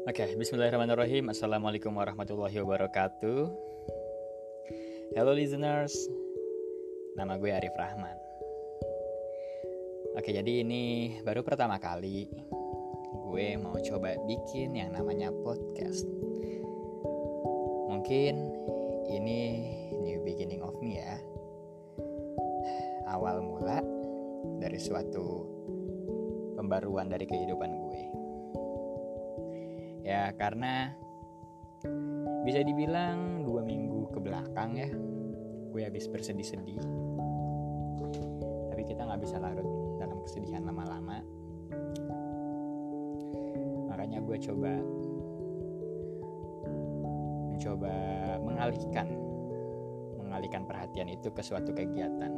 Oke, bismillahirrahmanirrahim. Assalamualaikum warahmatullahi wabarakatuh. Hello listeners, nama gue Arif Rahman. Oke, jadi ini baru pertama kali gue mau coba bikin yang namanya podcast. Mungkin ini new beginning of me ya. Awal mula dari suatu pembaruan dari kehidupan gue. Ya karena bisa dibilang 2 minggu ke belakang ya gue habis bersedih-sedih. Tapi kita gak bisa larut dalam kesedihan lama-lama. Makanya gue mencoba mengalihkan perhatian itu ke suatu kegiatan.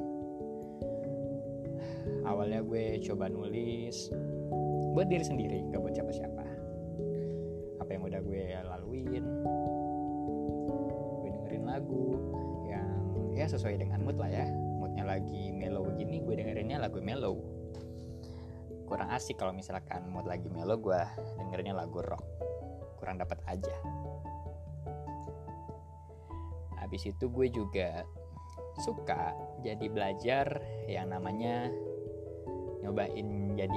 Awalnya gue coba nulis buat diri sendiri, gak buat siapa-siapa. Apa yang udah gue laluin, gue dengerin lagu yang ya sesuai dengan mood lah ya. Moodnya lagi mellow gini, gue dengerinnya lagu mellow. Kurang asik kalau misalkan mood lagi mellow, gue dengerinnya lagu rock. Kurang dapat aja. Habis itu gue juga suka jadi belajar yang namanya nyobain jadi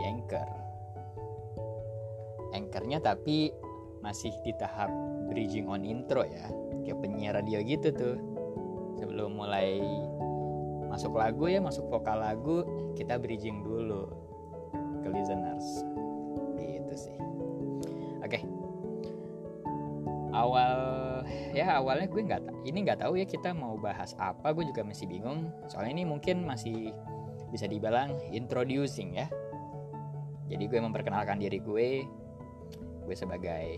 anchornya, tapi masih di tahap bridging on intro ya, kayak penyiar radio gitu tuh. Sebelum mulai masuk lagu ya, masuk vokal lagu, kita bridging dulu ke listeners gitu sih. Oke. Awalnya gue nggak tahu ya kita mau bahas apa. Gue juga masih bingung, soalnya ini mungkin masih bisa dibilang introducing ya. Jadi gue memperkenalkan diri gue sebagai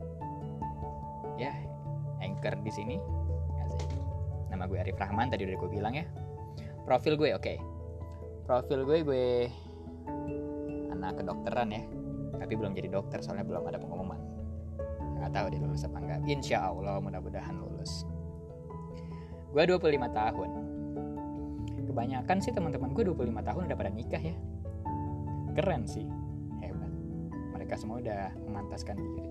ya anchor di sini. Nama gue Arif Rahman, tadi udah gue bilang ya. Profil gue Profil gue anak kedokteran ya. Tapi belum jadi dokter soalnya belum ada pengumuman. Gak tahu dia lulus apa enggak. Insya Allah mudah-mudahan lulus. Gue 25 tahun. Kebanyakan sih teman-teman gue 25 tahun udah pada nikah ya. Keren sih. Hebat. Mereka semua udah memantaskan diri.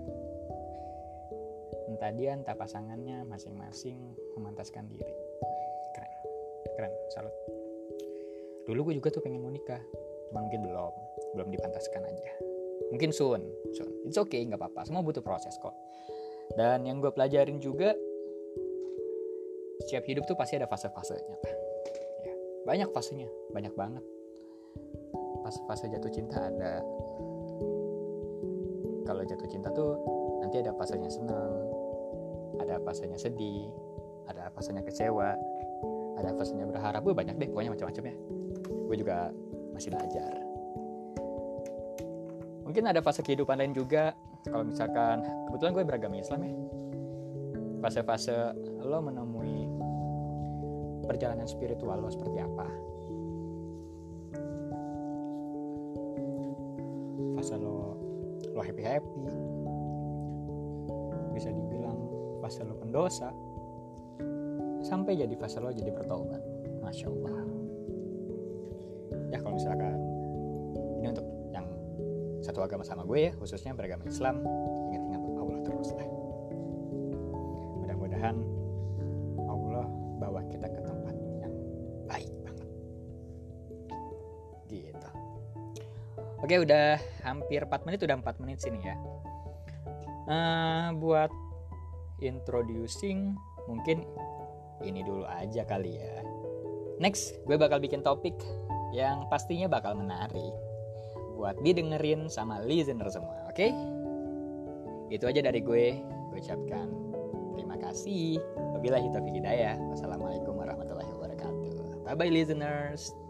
Entah dia entah pasangannya masing-masing memantaskan diri. Keren, salut. Dulu gue juga tuh pengen mau nikah, cuma mungkin belum dipantaskan aja. Mungkin soon. It's okay, nggak apa-apa. Semua butuh proses kok. Dan yang gue pelajarin juga, setiap hidup tuh pasti ada fase-fasenya lah. Ya, banyak fasenya, banyak banget. Fase jatuh cinta ada. Kalau jatuh cinta tuh nanti ada fasenya senang, ada fasenya sedih, ada fasenya kecewa, ada fasenya berharap. Banyak deh, pokoknya macam-macam ya. Gue juga masih belajar. Mungkin ada fase kehidupan lain juga. Kalau misalkan kebetulan gue beragama Islam ya. Fase-fase lo menemui perjalanan spiritual lo seperti apa. Fase lo happy-happy. Bisa dibilang fase lo pendosa. Sampai jadi fase lo jadi bertaubat. Masya Allah. Ya kalau misalkan ini untuk yang satu agama sama gue ya, khususnya beragama Islam, ingat-ingat Allah terus lah. Mudah-mudahan Allah bawa kita ke tempat yang baik banget. Gitu. Oke, udah hampir 4 menit, udah 4 menit sini ya. Buat introducing mungkin ini dulu aja kali ya. Next, gue bakal bikin topik yang pastinya bakal menarik buat didengerin sama listener semua, oke? Itu aja dari gue ucapkan terima kasih. Wabillahi taufiq hidayah. Wassalamualaikum warahmatullahi wabarakatuh. Bye bye listeners.